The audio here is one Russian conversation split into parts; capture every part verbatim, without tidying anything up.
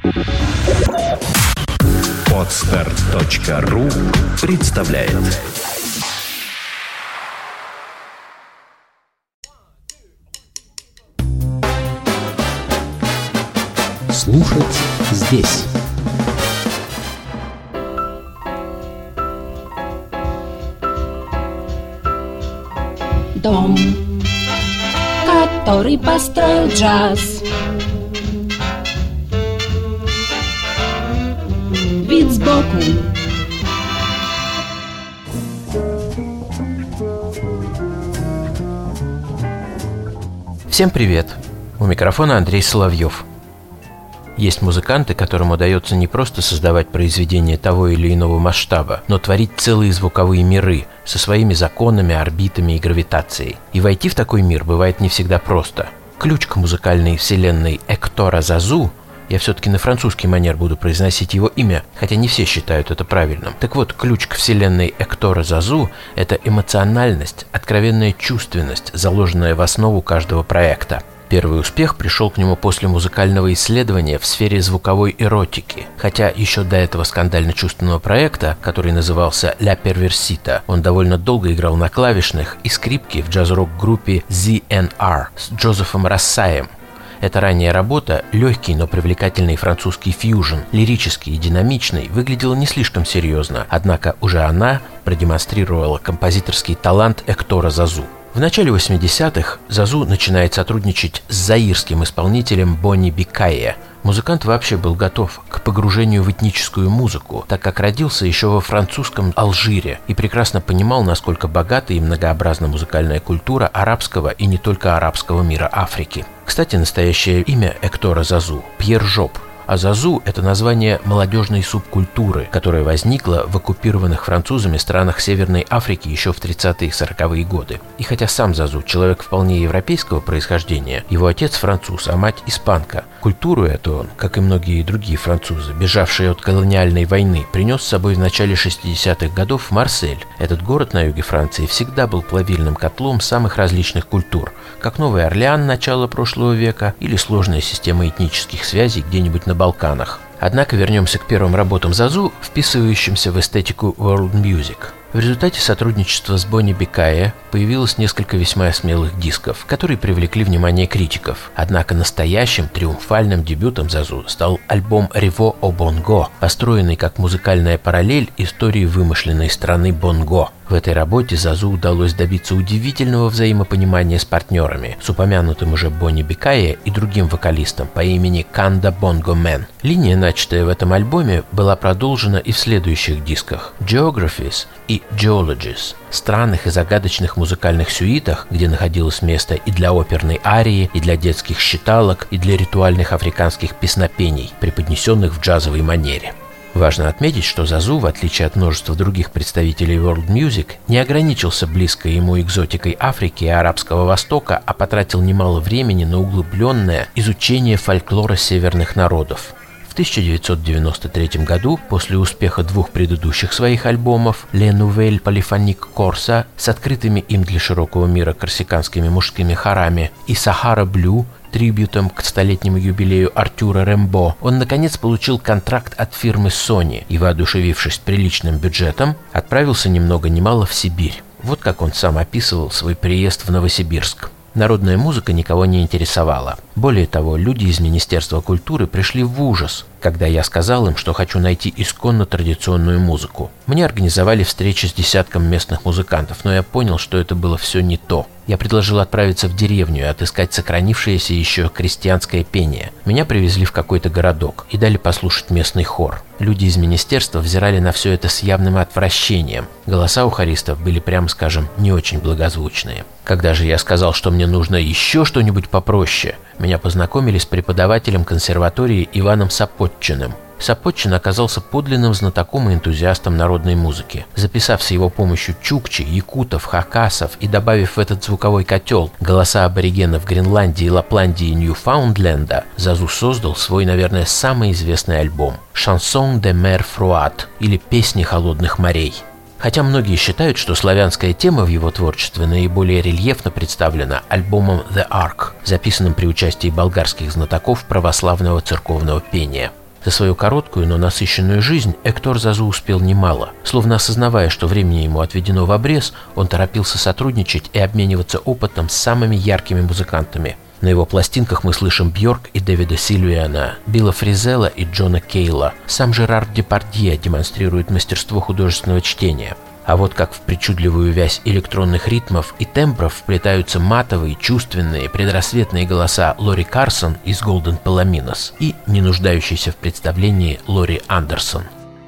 Подстер точка ру представляет. Слушать здесь. Дом, который построил джаз. Вид сбоку. Всем привет! У микрофона Андрей Соловьев. Есть музыканты, которым удается не просто создавать произведения того или иного масштаба, но творить целые звуковые миры со своими законами, орбитами и гравитацией. И войти в такой мир бывает не всегда просто. Ключ к музыкальной вселенной Эктора Зазу, я все-таки на французский манер буду произносить его имя, хотя не все считают это правильным. Так вот, ключ к вселенной Эктора Зазу – это эмоциональность, откровенная чувственность, заложенная в основу каждого проекта. Первый успех пришел к нему после музыкального исследования в сфере звуковой эротики. Хотя еще до этого скандально-чувственного проекта, который назывался «Ля Перверсита», он довольно долго играл на клавишных и скрипке в джаз-рок-группе зет эн ар с Джозефом Рассаем. Эта ранняя работа, легкий, но привлекательный французский фьюжн, лирический и динамичный, выглядела не слишком серьезно, однако уже она продемонстрировала композиторский талант Эктора Зазу. В начале восьмидесятых Зазу начинает сотрудничать с заирским исполнителем Бонни Бикайе. Музыкант вообще был готов к погружению в этническую музыку, так как родился еще во французском Алжире и прекрасно понимал, насколько богата и многообразна музыкальная культура арабского и не только арабского мира Африки. Кстати, настоящее имя Эктора Зазу – Пьер Жоп. А Зазу – это название молодежной субкультуры, которая возникла в оккупированных французами странах Северной Африки еще в тридцатые и сороковые годы. И хотя сам Зазу – человек вполне европейского происхождения, его отец француз, а мать испанка. Культуру эту он, как и многие другие французы, бежавшие от колониальной войны, принес с собой в начале шестидесятых годов в Марсель. Этот город на юге Франции всегда был плавильным котлом самых различных культур, как Новый Орлеан начала прошлого века или сложная система этнических связей где-нибудь на Балканах. Однако вернемся к первым работам Зазу, вписывающимся в эстетику world music. В результате сотрудничества с Бонни Бикайе появилось несколько весьма смелых дисков, которые привлекли внимание критиков. Однако настоящим триумфальным дебютом Зазу стал альбом «Риво о Бонго», построенный как музыкальная параллель истории вымышленной страны Бонго. В этой работе Зазу удалось добиться удивительного взаимопонимания с партнерами, с упомянутым уже Бонни Бикайе и другим вокалистом по имени Канда Бонго Мэн. Линия, начатая в этом альбоме, была продолжена и в следующих дисках «Geographies» и «Geologies», странных и загадочных музыкальных сюитах, где находилось место и для оперной арии, и для детских считалок, и для ритуальных африканских песнопений, преподнесенных в джазовой манере. Важно отметить, что Зазу, в отличие от множества других представителей world music, не ограничился близкой ему экзотикой Африки и Арабского Востока, а потратил немало времени на углубленное изучение фольклора северных народов. В тысяча девятьсот девяносто третьем году, после успеха двух предыдущих своих альбомов «Les Nouvelles Polyphoniques Corsa» с открытыми им для широкого мира корсиканскими мужскими хорами и «Sahara Blue», трибьютом к столетнему юбилею Артюра Рембо, он наконец получил контракт от фирмы Sony и, воодушевившись приличным бюджетом, отправился ни много ни мало в Сибирь. Вот как он сам описывал свой приезд в Новосибирск. Народная музыка никого не интересовала. Более того, люди из Министерства культуры пришли в ужас, когда я сказал им, что хочу найти исконно традиционную музыку. Мне организовали встречи с десятком местных музыкантов, но я понял, что это было все не то. Я предложил отправиться в деревню и отыскать сохранившееся еще крестьянское пение. Меня привезли в какой-то городок и дали послушать местный хор. Люди из министерства взирали на все это с явным отвращением. Голоса у хористов были, прямо скажем, не очень благозвучные. Когда же я сказал, что мне нужно еще что-нибудь попроще, меня познакомили с преподавателем консерватории Иваном Сапотчиным. Сапотчин оказался подлинным знатоком и энтузиастом народной музыки. Записав с его помощью чукчи, якутов, хакасов и добавив в этот звуковой котел голоса аборигенов Гренландии, Лапландии и Ньюфаундленда, Зазу создал свой, наверное, самый известный альбом «Chanson de mer froide» или «Песни холодных морей». Хотя многие считают, что славянская тема в его творчестве наиболее рельефно представлена альбомом «The Ark», записанным при участии болгарских знатоков православного церковного пения. За свою короткую, но насыщенную жизнь Эктор Зазу успел немало. Словно осознавая, что времени ему отведено в обрез, он торопился сотрудничать и обмениваться опытом с самыми яркими музыкантами. На его пластинках мы слышим Бьорк и Дэвида Сильвиана, Билла Фризелла и Джона Кейла. Сам Жерар Депардье демонстрирует мастерство художественного чтения. А вот как в причудливую вязь электронных ритмов и тембров вплетаются матовые, чувственные, предрассветные голоса Лори Карсон из Golden Palominos и не нуждающийся в представлении Лори Андерсон.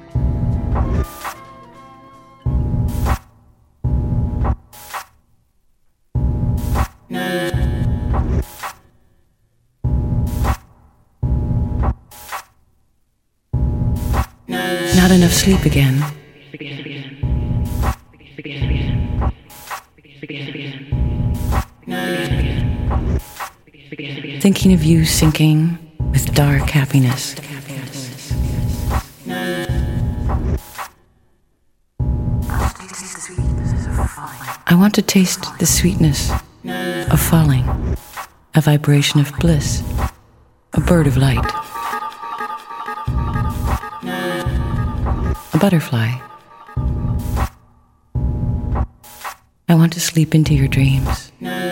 Not enough sleep again. Thinking of you sinking with dark happiness. I want to taste the sweetness of falling, a vibration of bliss, a bird of light, a butterfly. I want to sleep into your dreams.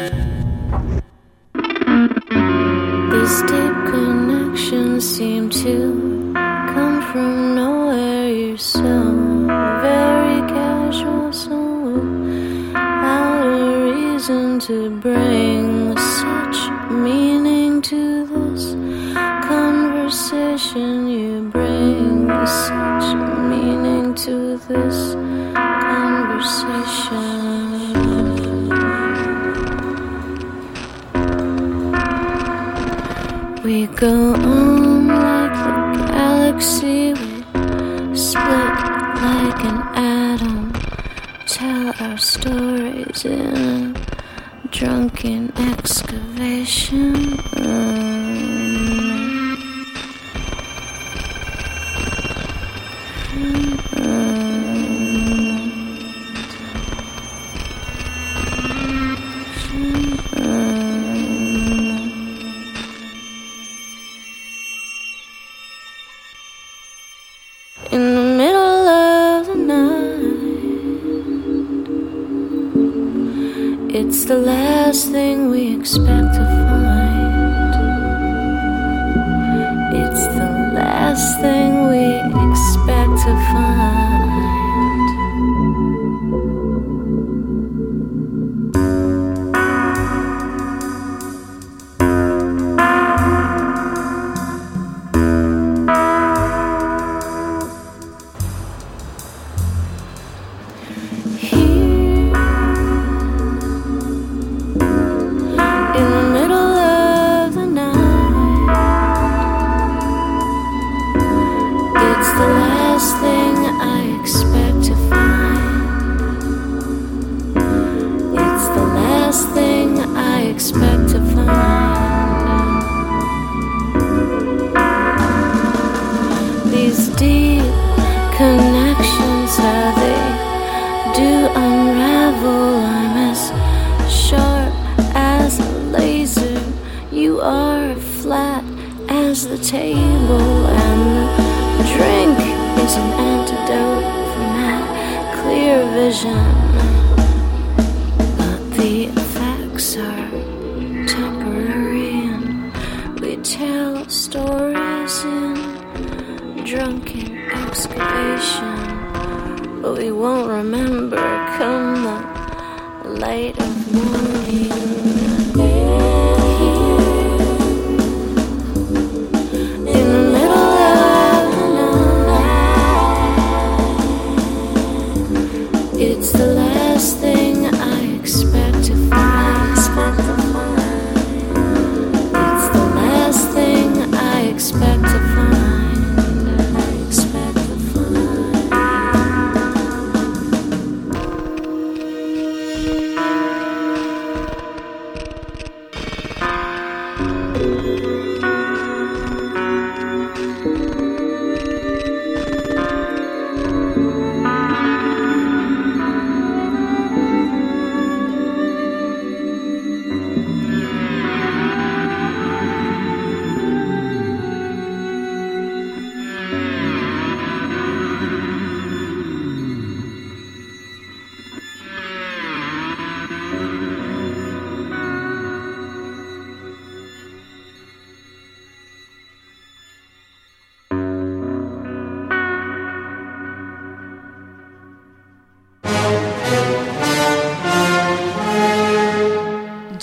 These deep connections seem to come from nowhere. You're so very casual, so without a reason to bring such meaning to this conversation. You bring such meaning to this conversation. We go on like the galaxy, we split like an atom, tell our stories in a drunken excavation. It's the last thing we expect to find. It's the last thing we expect to find.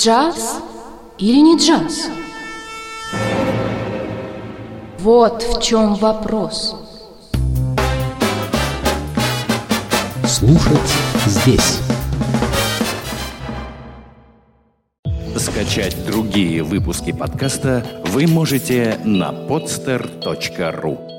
Джаз или не джаз? Вот в чем вопрос. Слушать здесь. Скачать другие выпуски подкаста вы можете на podster точка ру.